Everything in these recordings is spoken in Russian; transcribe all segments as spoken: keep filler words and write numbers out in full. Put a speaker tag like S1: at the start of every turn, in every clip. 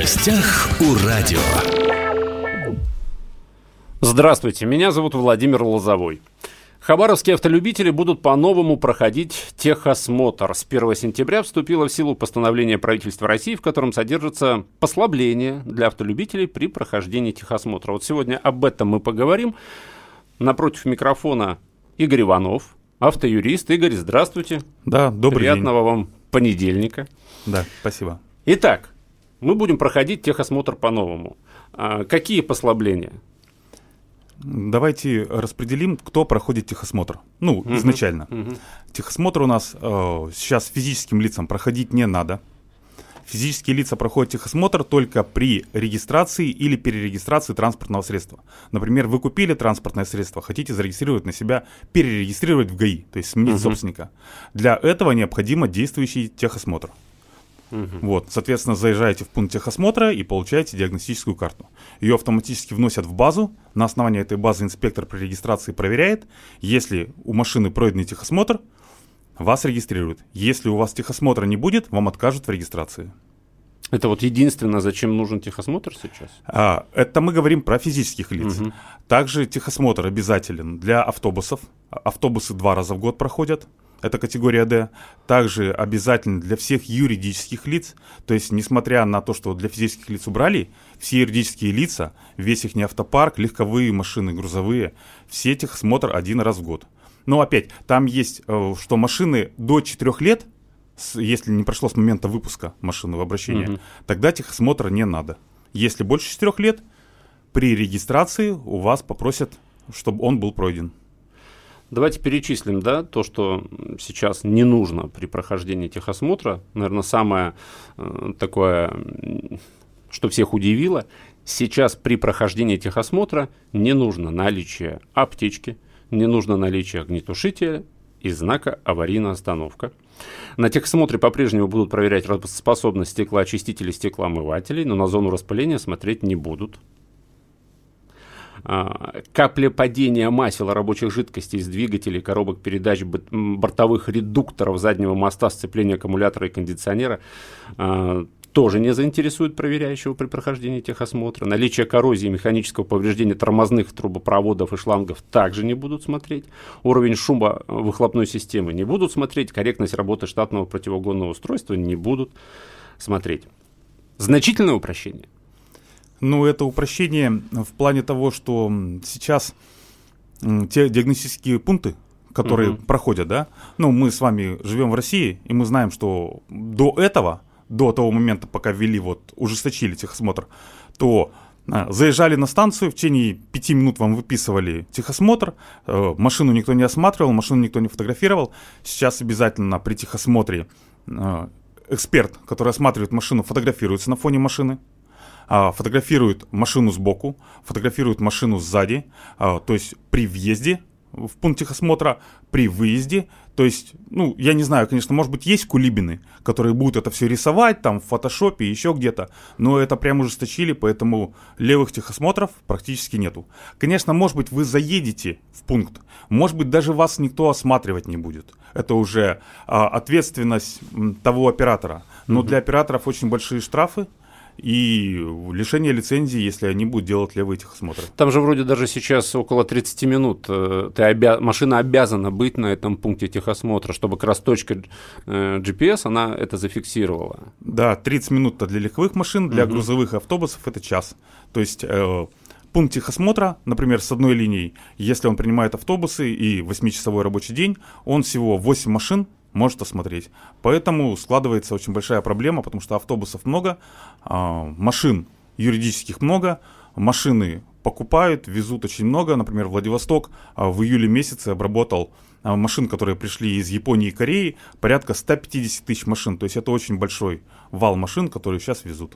S1: гостях у радио.
S2: Здравствуйте, меня зовут Владимир Лозовой. Хабаровские автолюбители будут по-новому проходить техосмотр. С первого сентября вступило в силу постановление правительства России, в котором содержится послабление для автолюбителей при прохождении техосмотра. Вот сегодня об этом мы поговорим. Напротив микрофона Игорь Иванов, автоюрист. Игорь, здравствуйте.
S3: Да, добрый день.
S2: Приятного вам понедельника.
S3: Да, спасибо.
S2: Итак, мы будем проходить техосмотр по-новому. А какие послабления?
S3: Давайте распределим, кто проходит техосмотр. Ну, uh-huh. изначально. Uh-huh. Техосмотр у нас э, сейчас физическим лицам проходить не надо. Физические лица проходят техосмотр только при регистрации или перерегистрации транспортного средства. Например, вы купили транспортное средство, хотите зарегистрировать на себя, перерегистрировать в ГАИ, то есть сменить uh-huh. собственника. Для этого необходимо действующий техосмотр. Uh-huh. Вот, соответственно, заезжаете в пункт техосмотра и получаете диагностическую карту. Ее автоматически вносят в базу. На основании этой базы инспектор при регистрации проверяет. Если у машины пройденный техосмотр, вас регистрируют. Если у вас техосмотра не будет, вам откажут в регистрации.
S2: Это вот единственное, зачем нужен техосмотр сейчас?
S3: А, это мы говорим про физических лиц. Uh-huh. Также техосмотр обязателен для автобусов. Автобусы два раза в год проходят. Это категория D. Также обязательно для всех юридических лиц. То есть, несмотря на то, что для физических лиц убрали, все юридические лица, весь их автопарк, легковые машины, грузовые, все техосмотр один раз в год. Но опять, там есть, что машины до четырёх лет, если не прошло с момента выпуска машины в обращение, mm-hmm. тогда техосмотра не надо. Если больше четырёх лет, при регистрации у вас попросят, чтобы он был пройден.
S2: Давайте перечислим, да, то, что сейчас не нужно при прохождении техосмотра. Наверное, самое э, такое, что всех удивило, сейчас при прохождении техосмотра не нужно наличие аптечки, не нужно наличие огнетушителя и знака «аварийная остановка». На техосмотре по-прежнему будут проверять работоспособность стеклоочистителей, стеклоомывателей, но на зону распыления смотреть не будут. Каплепадение масел рабочих жидкостей из двигателей, коробок передач, бортовых редукторов заднего моста, сцепления аккумулятора и кондиционера тоже не заинтересует проверяющего при прохождении техосмотра. Наличие коррозии, механического повреждения тормозных трубопроводов и шлангов также не будут смотреть. Уровень шума выхлопной системы не будут смотреть. Корректность работы штатного противоугонного устройства не будут смотреть. Значительное упрощение.
S3: Ну, это упрощение в плане того, что сейчас те диагностические пункты, которые uh-huh. проходят, да, ну, мы с вами живем в России, и мы знаем, что до этого, до того момента, пока ввели, вот, ужесточили техосмотр, то а, заезжали на станцию, в течение пяти минут вам выписывали техосмотр, э, машину никто не осматривал, машину никто не фотографировал. Сейчас обязательно при техосмотре э, эксперт, который осматривает машину, фотографируется на фоне машины. Фотографирует машину сбоку, фотографирует машину сзади, то есть при въезде в пункт техосмотра, при выезде. То есть, ну, я не знаю, конечно, может быть, есть кулибины, которые будут это все рисовать там в фотошопе, еще где-то, но это прям ужесточили, поэтому левых техосмотров практически нету. Конечно, может быть, вы заедете в пункт, может быть, даже вас никто осматривать не будет. Это уже а, ответственность того оператора. Но mm-hmm. для операторов очень большие штрафы и лишение лицензии, если они будут делать левые техосмотры.
S2: Там же вроде даже сейчас около тридцать минут э, ты обя... машина обязана быть на этом пункте техосмотра, чтобы как раз точка э, джи пи эс, она это зафиксировала.
S3: Да, тридцать минут для легковых машин, для угу. грузовых автобусов это час. То есть э, пункт техосмотра, например, с одной линией, если он принимает автобусы и восьмичасовой рабочий день, он всего восемь машин может осмотреть. Поэтому складывается очень большая проблема, потому что автобусов много, машин юридических много, машины покупают, везут очень много. Например, Владивосток в июле месяце обработал машин, которые пришли из Японии и Кореи, порядка сто пятьдесят тысяч машин. То есть это очень большой вал машин, которые сейчас везут.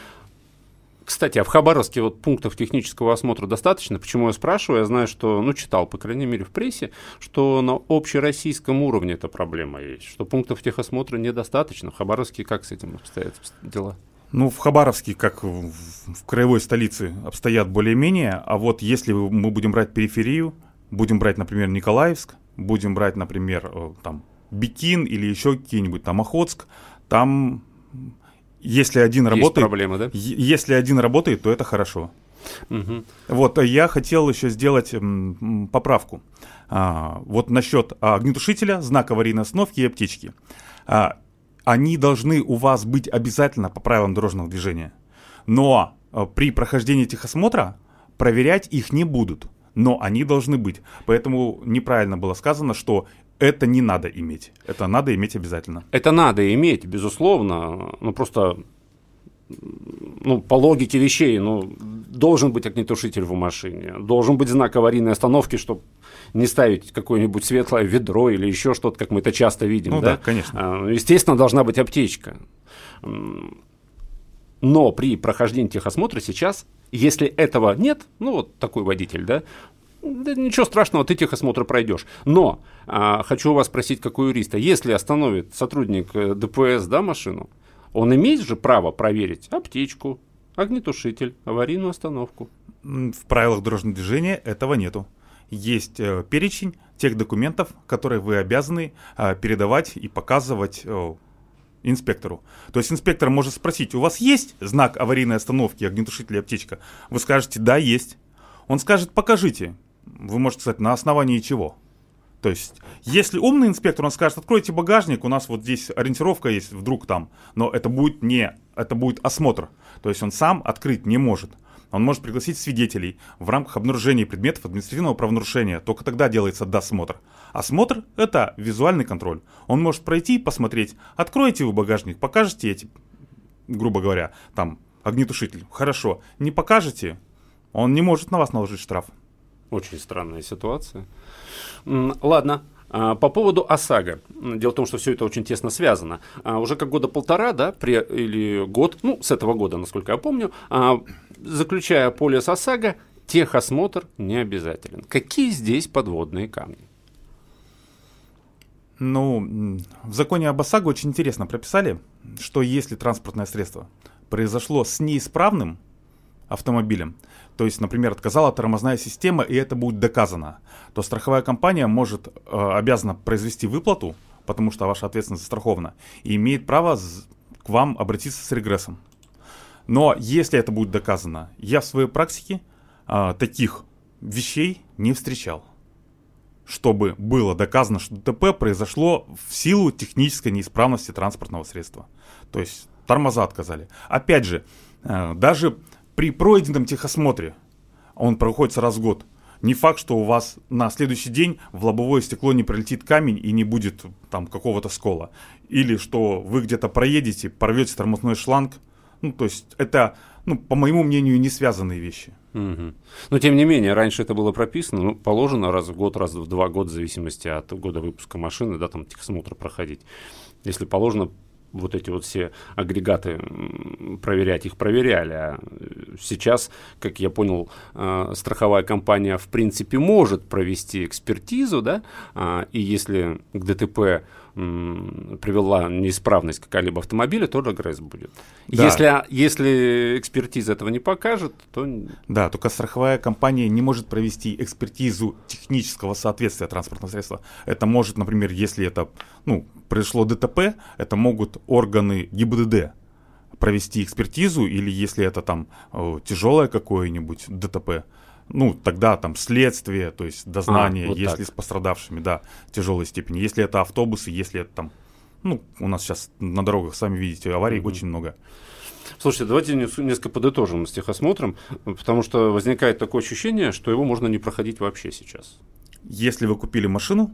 S2: Кстати, а в Хабаровске вот пунктов технического осмотра достаточно? Почему я спрашиваю? Я знаю, что, ну, читал, по крайней мере, в прессе, что на общероссийском уровне эта проблема есть, что пунктов техосмотра недостаточно. В Хабаровске как с этим обстоят дела?
S3: Ну, в Хабаровске, как в, в краевой столице, обстоят более-менее, а вот если мы будем брать периферию, будем брать, например, Николаевск, будем брать, например, там, Бикин или еще какие-нибудь, там, Охотск, там Если один
S2: Есть
S3: работает,
S2: проблема, да?
S3: Если один работает, то это хорошо.
S2: Угу.
S3: Вот, я хотел еще сделать м, поправку. А, вот насчет а, огнетушителя, знак аварийной остановки и аптечки. А, они должны у вас быть обязательно по правилам дорожного движения. Но а, при прохождении техосмотра проверять их не будут. Но они должны быть. Поэтому неправильно было сказано, что это не надо иметь. Это надо иметь обязательно.
S2: Это надо иметь, безусловно. Ну, просто... Ну, по логике вещей, ну, должен быть огнетушитель в машине, должен быть знак аварийной остановки, чтобы не ставить какое-нибудь светлое ведро или еще что-то, как мы это часто видим.
S3: Ну
S2: да,
S3: да, конечно.
S2: Естественно, должна быть аптечка. Но при прохождении техосмотра сейчас, если этого нет, ну, вот такой водитель, да, да ничего страшного, ты техосмотр пройдешь. Но а, хочу у вас спросить, как у юриста, если остановит сотрудник ДПС, да, машину, он имеет же право проверить аптечку, огнетушитель, аварийную остановку?
S3: В правилах дорожного движения этого нету. Есть э, перечень тех документов, которые вы обязаны э, передавать и показывать э, инспектору. То есть инспектор может спросить, у вас есть знак аварийной остановки, огнетушитель и аптечка? Вы скажете, да, есть. Он скажет, покажите. Вы можете сказать, на основании чего? То есть, если умный инспектор, он скажет, откройте багажник, у нас вот здесь ориентировка есть, вдруг там. Но это будет не, это будет осмотр. То есть, он сам открыть не может. Он может пригласить свидетелей в рамках обнаружения предметов административного правонарушения. Только тогда делается досмотр. Осмотр – это визуальный контроль. Он может пройти, посмотреть, откроете вы багажник, покажете эти, грубо говоря, там, огнетушитель. Хорошо. Не покажете, он не может на вас наложить штраф.
S2: Очень странная ситуация. Ладно, по поводу ОСАГО. Дело в том, что все это очень тесно связано. Уже как года полтора, да, при, или год, ну, с этого года, насколько я помню, заключая полис ОСАГО, техосмотр не обязателен. Какие здесь подводные камни?
S3: Ну, в законе об ОСАГО очень интересно прописали, что если транспортное средство произошло с неисправным автомобилем, то есть, например, отказала тормозная система, и это будет доказано, то страховая компания может, э, обязана произвести выплату, потому что ваша ответственность застрахована, и имеет право к вам обратиться с регрессом. Но если это будет доказано, я в своей практике э, таких вещей не встречал, чтобы было доказано, что ДТП произошло в силу технической неисправности транспортного средства. То есть тормоза отказали. Опять же, э, даже при пройденном техосмотре, он проходит раз в год, не факт, что у вас на следующий день в лобовое стекло не прилетит камень и не будет там какого-то скола. Или что вы где-то проедете, порвете тормозной шланг. Ну, то есть это, ну, по моему мнению, не связанные вещи.
S2: Угу. Но тем не менее, раньше это было прописано, ну, положено раз в год, раз в два года, в зависимости от года выпуска машины, да, там техосмотр проходить. Если положено, вот эти вот все агрегаты проверять, их проверяли. А сейчас, как я понял, страховая компания в принципе может провести экспертизу, да, и если к ДТП привела неисправность какая-либо автомобиля, то регресс будет. Да. Если, если экспертиза этого не покажет, то...
S3: Да, только страховая компания не может провести экспертизу технического соответствия транспортного средства. Это может, например, если это, ну, произошло ДТП, это могут органы ГИБДД провести экспертизу, или если это там о, тяжелое какое-нибудь ДТП, ну, тогда там следствие, то есть дознание, а, вот если так. С пострадавшими, да, тяжелой степени. Если это автобусы, если это там, ну, у нас сейчас на дорогах, сами видите, аварий mm-hmm. очень много.
S2: Слушайте, давайте несколько подытожим с техосмотром, потому что возникает такое ощущение, что его можно не проходить вообще сейчас.
S3: Если вы купили машину,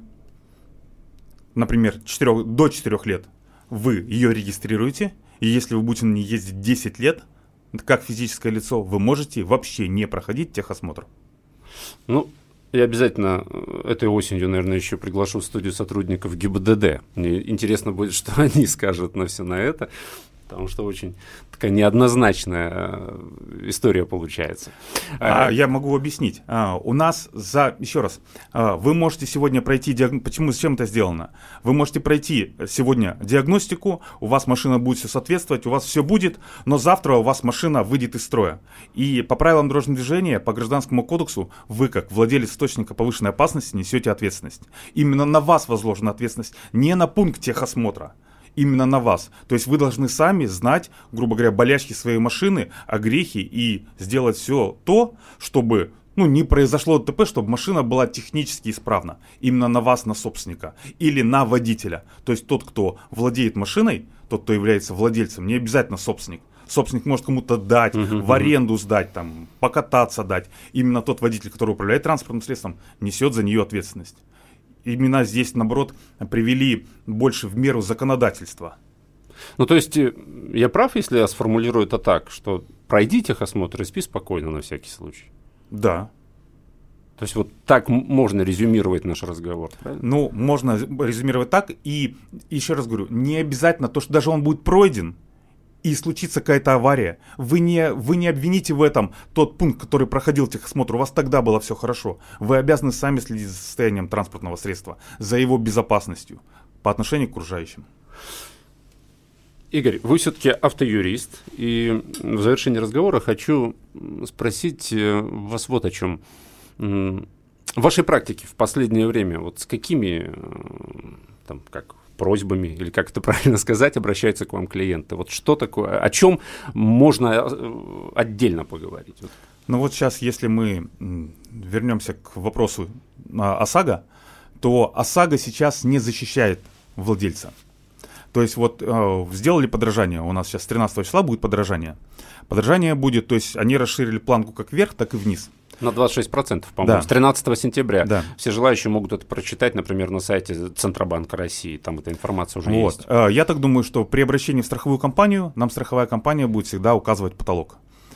S3: например, четыре, до четырёх лет, вы ее регистрируете, и если вы будете на ней ездить десять лет, как физическое лицо, вы можете вообще не проходить техосмотр.
S2: Ну, я обязательно этой осенью, наверное, еще приглашу в студию сотрудников ГИБДД. Мне интересно будет, что они скажут на все на это, потому что очень такая неоднозначная история получается.
S3: А, я могу объяснить. А, у нас за... Еще раз. А, вы можете сегодня пройти... Диаг... Почему, зачем это сделано? Вы можете пройти сегодня диагностику, у вас машина будет все соответствовать, у вас все будет, но завтра у вас машина выйдет из строя. И по правилам дорожного движения, по Гражданскому кодексу, вы, как владелец источника повышенной опасности, несете ответственность. Именно на вас возложена ответственность, не на пункт техосмотра. именно на вас. То есть вы должны сами знать, грубо говоря, болячки своей машины, огрехи и сделать все то, чтобы ну, не произошло ДТП, чтобы машина была технически исправна. Именно на вас, на собственника. Или на водителя. То есть тот, кто владеет машиной, тот, кто является владельцем, не обязательно собственник. Собственник может кому-то дать, uh-huh, в аренду сдать, там, покататься дать. Именно тот водитель, который управляет транспортным средством, несет за нее ответственность. Именно здесь, наоборот, привели больше в меру законодательства.
S2: Ну, то есть, я прав, если я сформулирую это так, что пройди техосмотр и спи спокойно на всякий случай?
S3: Да.
S2: То есть, вот так можно резюмировать наш разговор, правильно?
S3: Ну, можно резюмировать так. И еще раз говорю, не обязательно то, что даже он будет пройден, и случится какая-то авария, вы не, вы не обвините в этом тот пункт, который проходил техосмотр, у вас тогда было все хорошо. Вы обязаны сами следить за состоянием транспортного средства, за его безопасностью по отношению к окружающим.
S2: Игорь, вы все-таки автоюрист, и в завершении разговора хочу спросить вас вот о чем. В вашей практике в последнее время вот с какими там, как, просьбами, или как это правильно сказать, обращаются к вам клиенты? Вот что такое, о чем можно отдельно поговорить?
S3: Ну вот сейчас, если мы вернемся к вопросу ОСАГО, то ОСАГО сейчас не защищает владельца. То есть вот э, сделали подорожание, у нас сейчас с тринадцатого числа будет подорожание. Подорожание будет, то есть они расширили планку как вверх, так и вниз.
S2: На двадцать шесть процентов, по-моему, да. С тринадцатого сентября.
S3: Да.
S2: Все желающие могут это прочитать, например, на сайте Центробанка России, там эта информация уже
S3: вот.
S2: есть.
S3: Э, я так думаю, что при обращении в страховую компанию нам страховая компания будет всегда указывать потолок,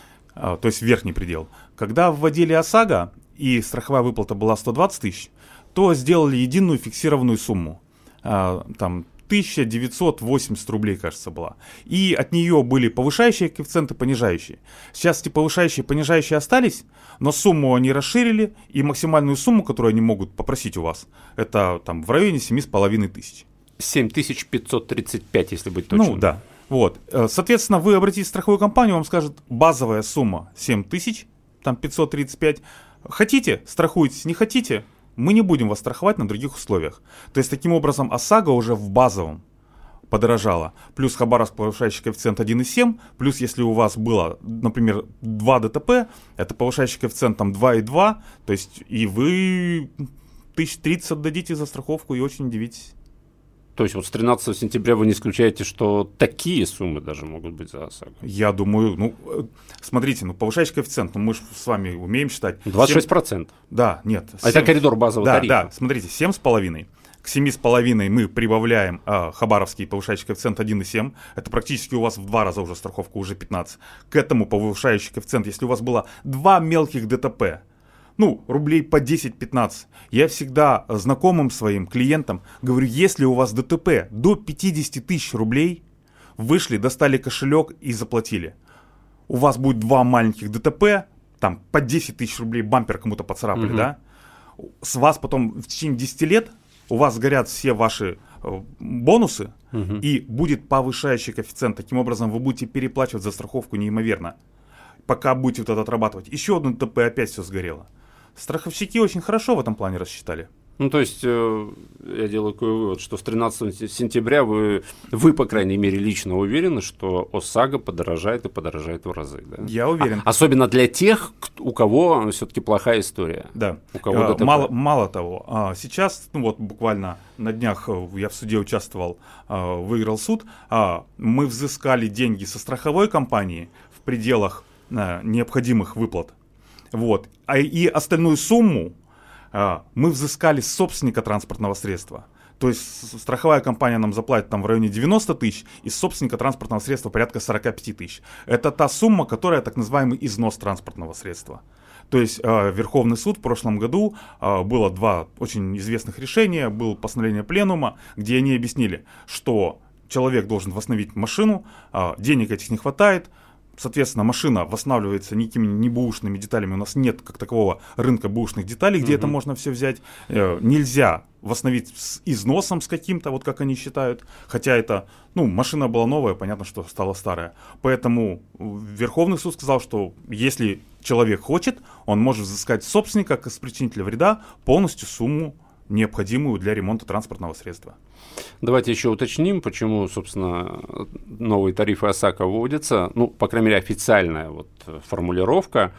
S3: э, то есть верхний предел. Когда вводили ОСАГО и страховая выплата была сто двадцать тысяч, то сделали единую фиксированную сумму, э, там тысяча девятьсот восемьдесят рублей, кажется, была. И от нее были повышающие коэффициенты, понижающие. Сейчас эти повышающие и понижающие остались, но сумму они расширили, и максимальную сумму, которую они могут попросить у вас, это там в районе семь с половиной тысяч.
S2: семь тысяч пятьсот тридцать пять, если быть точным.
S3: Ну, да. Вот. Соответственно, вы обратитесь в страховую компанию, вам скажет базовая сумма семь тысяч, там пятьсот тридцать пять. Хотите, страхуйтесь, не хотите, мы не будем вас страховать на других условиях. То есть, таким образом, ОСАГО уже в базовом подорожала. Плюс Хабаровск повышающий коэффициент один и семь. Плюс, если у вас было, например, два ДТП, это повышающий коэффициент там два и два. То есть, и вы тысяч тридцать отдадите за страховку и очень удивитесь.
S2: То есть вот с тринадцатого сентября вы не исключаете, что такие суммы даже могут быть за ОСАГО?
S3: Я думаю, ну, смотрите, ну, повышающий коэффициент, ну, мы же с вами умеем считать.
S2: двадцать шесть процентов?
S3: семь... Да, нет.
S2: А семь... это коридор базового
S3: да,
S2: тарифа?
S3: Да, смотрите, семь с половиной. К семи с половиной мы прибавляем а, Хабаровский повышающий коэффициент один и семь. Это практически у вас в два раза уже страховка, уже пятнадцать. К этому повышающий коэффициент, если у вас было два мелких ДТП, ну, рублей по десять-пятнадцать. Я всегда знакомым своим клиентам говорю, если у вас ДТП до пятьдесят тысяч рублей, вышли, достали кошелек и заплатили. У вас будет два маленьких ДТП, там по десять тысяч рублей бампер кому-то поцарапали, угу. да? С вас потом в течение десяти лет у вас сгорят все ваши э, бонусы, угу. и будет повышающий коэффициент. Таким образом, вы будете переплачивать за страховку неимоверно, пока будете вот это отрабатывать. Еще одно ДТП, опять все сгорело. Страховщики очень хорошо в этом плане рассчитали.
S2: Ну, то есть, э, я делаю такой вывод, что с тринадцатого сентября вы, вы, по крайней мере, лично уверены, что ОСАГО подорожает и подорожает в разы. Да?
S3: Я уверен.
S2: А, особенно для тех, у кого все-таки плохая история.
S3: Да.
S2: У кого ДТП.
S3: Мало, мало того, сейчас, ну вот буквально на днях я в суде участвовал, выиграл суд, мы взыскали деньги со страховой компании в пределах необходимых выплат. Вот. А и остальную сумму а, мы взыскали с собственника транспортного средства. То есть страховая компания нам заплатит там в районе девяносто тысяч, и с собственника транспортного средства порядка сорок пять тысяч. Это та сумма, которая так называемый износ транспортного средства. То есть а, Верховный суд в прошлом году, а, было два очень известных решения, было постановление пленума, где они объяснили, что человек должен восстановить машину, а, денег этих не хватает. Соответственно, машина восстанавливается никакими не бэушными деталями. У нас нет как такового рынка бэушных деталей, где uh-huh. это можно все взять. Э, нельзя восстановить с износом с каким-то, вот как они считают. Хотя это, ну, машина была новая, понятно, что стала старая. Поэтому Верховный суд сказал, что если человек хочет, он может взыскать с собственника, как с причинителя вреда, полностью сумму необходимую для ремонта транспортного средства.
S2: Давайте еще уточним, почему, собственно, новые тарифы ОСАГО вводятся, ну, по крайней мере, официальная вот формулировка,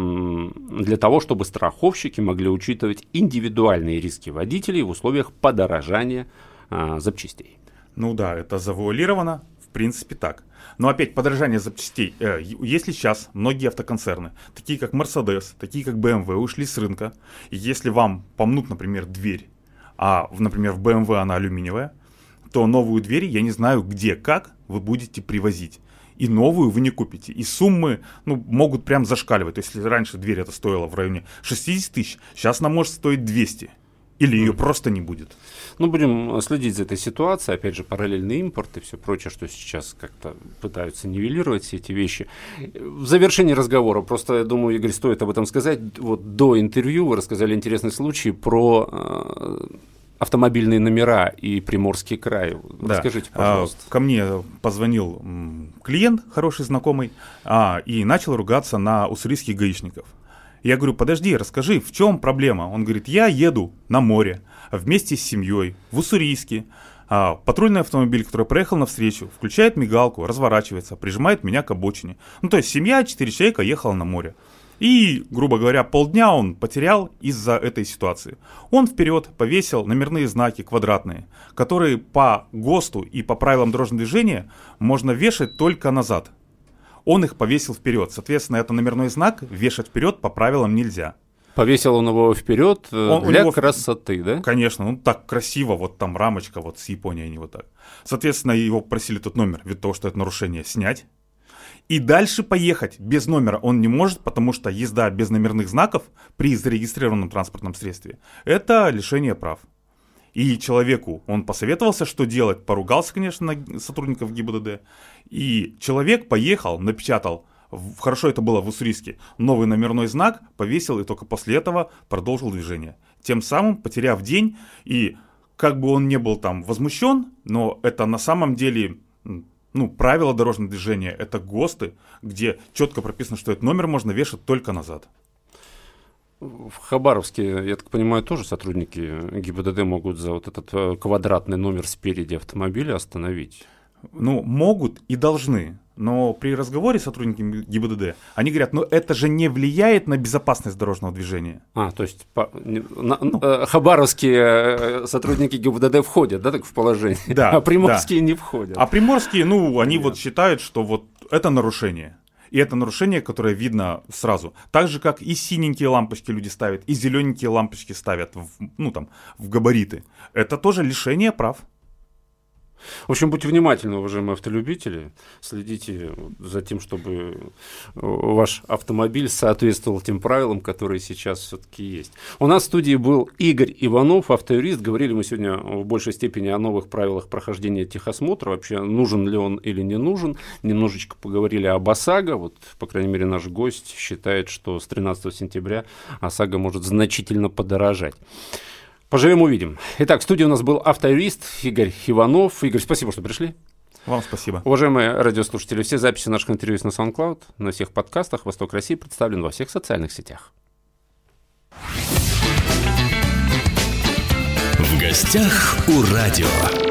S2: для того, чтобы страховщики могли учитывать индивидуальные риски водителей в условиях подорожания а, запчастей.
S3: Ну да, это завуалировано, в принципе так. Но опять подорожание запчастей. Э, если сейчас многие автоконцерны, такие как Mercedes, такие как бэ эм вэ, ушли с рынка, и если вам помнут, например, дверь, а, например, в бэ эм вэ она алюминиевая, то новую дверь, я не знаю где, как вы будете привозить. И новую вы не купите. И суммы ну, могут прям зашкаливать. То есть, если раньше дверь это стоила в районе шестьдесят тысяч, сейчас она может стоить двести. Или ее mm. просто не будет.
S2: Ну, будем следить за этой ситуацией. Опять же, параллельный импорт и все прочее, что сейчас как-то пытаются нивелировать все эти вещи. В завершении разговора, просто, я думаю, Игорь, стоит об этом сказать. Вот до интервью вы рассказали интересный случай про э, автомобильные номера и Приморский край.
S3: Да.
S2: Расскажите, пожалуйста.
S3: А, ко мне позвонил клиент, хороший знакомый, а, и начал ругаться на уссурийских гаишников. Я говорю, подожди, расскажи, в чем проблема? Он говорит, я еду на море вместе с семьей в Уссурийске. А, патрульный автомобиль, который проехал навстречу, включает мигалку, разворачивается, прижимает меня к обочине. Ну, то есть семья, четыре человека ехала на море. И, грубо говоря, полдня он потерял из-за этой ситуации. Он вперед повесил номерные знаки квадратные, которые по ГОСТу и по правилам дорожного движения можно вешать только назад. Он их повесил вперед. Соответственно, это номерной знак вешать вперед по правилам нельзя.
S2: Повесил он его вперед он, для него, красоты, да?
S3: Конечно, ну так красиво, вот там рамочка, вот с Японии они вот так. Соответственно, его просили этот номер, ввиду того, что это нарушение, снять. И дальше поехать без номера он не может, потому что езда без номерных знаков при зарегистрированном транспортном средстве – это лишение прав. И человеку он посоветовался, что делать, поругался, конечно, на сотрудников ГИБДД. И человек поехал, напечатал, хорошо это было в Уссурийске, новый номерной знак, повесил и только после этого продолжил движение. Тем самым потеряв день, и как бы он не был там возмущен, но это на самом деле... Ну, правила дорожного движения – это ГОСТы, где четко прописано, что этот номер можно вешать только назад.
S2: В Хабаровске, я так понимаю, тоже сотрудники ГИБДД могут за вот этот квадратный номер спереди автомобиля остановить?
S3: Ну, могут и должны. Но при разговоре с сотрудниками ГИБДД, они говорят, ну это же не влияет на безопасность дорожного движения.
S2: А, то есть по, на, ну, э, хабаровские сотрудники ГИБДД входят, да, так в положение,
S3: да,
S2: а приморские
S3: да.
S2: не входят.
S3: А приморские, ну, они Нет. вот считают, что вот это нарушение. И это нарушение, которое видно сразу. Так же, как и синенькие лампочки люди ставят, и зелененькие лампочки ставят в, ну, там, в габариты. Это тоже лишение прав.
S2: В общем, будьте внимательны, уважаемые автолюбители, следите за тем, чтобы ваш автомобиль соответствовал тем правилам, которые сейчас все-таки есть. У нас в студии был Игорь Иванов, автоюрист. Говорили мы сегодня в большей степени о новых правилах прохождения техосмотра, вообще нужен ли он или не нужен. Немножечко поговорили об ОСАГО. Вот, по крайней мере, наш гость считает, что с тринадцатого сентября ОСАГО может значительно подорожать. Поживем, увидим. Итак, в студии у нас был автоюрист Игорь Иванов. Игорь, спасибо, что пришли.
S3: Вам спасибо.
S2: Уважаемые радиослушатели, все записи наших интервью есть на SoundCloud, на всех подкастах. «Восток России» представлен во всех социальных сетях.
S1: В гостях у радио.